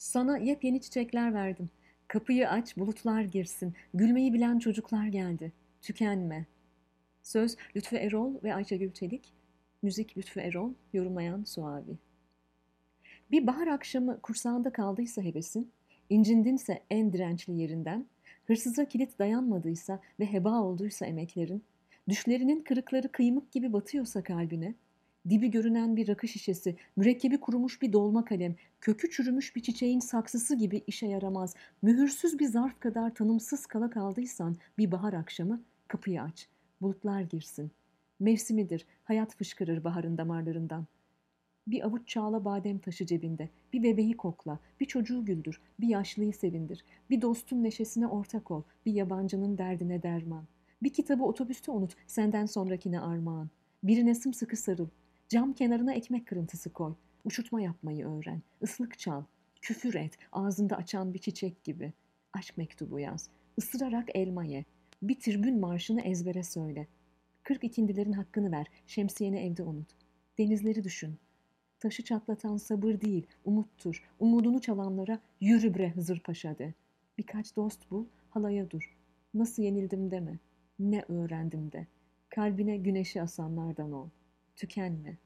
Sana yepyeni çiçekler verdim. Kapıyı aç, bulutlar girsin. Gülmeyi bilen çocuklar geldi. Tükenme. Söz Lütfü Erol ve Ayşegül Çelik. Müzik Lütfü Erol, yorumlayan Suavi. Bir bahar akşamı kursağında kaldıysa hevesin, incindinse en dirençli yerinden, hırsıza kilit dayanmadıysa ve heba olduysa emeklerin, düşlerinin kırıkları kıymık gibi batıyorsa kalbine, dibi görünen bir rakı şişesi, mürekkebi kurumuş bir dolma kalem, kökü çürümüş bir çiçeğin saksısı gibi işe yaramaz, mühürsüz bir zarf kadar tanımsız kala kaldıysan bir bahar akşamı kapıyı aç, bulutlar girsin. Mevsimidir, hayat fışkırır baharın damarlarından. Bir avuç çağla badem taşı cebinde, bir bebeği kokla, bir çocuğu güldür, bir yaşlıyı sevindir, bir dostun neşesine ortak ol, bir yabancının derdine derman. Bir kitabı otobüste unut, senden sonrakine armağan. Birine sımsıkı sarıl, cam kenarına ekmek kırıntısı koy, uçurtma yapmayı öğren, ıslık çal, küfür et, ağzında açan bir çiçek gibi. Aşk mektubu yaz, ısırarak elma ye, bir tribün marşını ezbere söyle. Kırk ikindilerin hakkını ver, şemsiyeni evde unut. Denizleri düşün, taşı çatlatan sabır değil, umuttur. Umudunu çalanlara yürü bre Hızır Paşa de. Birkaç dost bul, halaya dur. Nasıl yenildim deme. Ne öğrendim de. Kalbine güneşi asanlardan ol. Tükenme.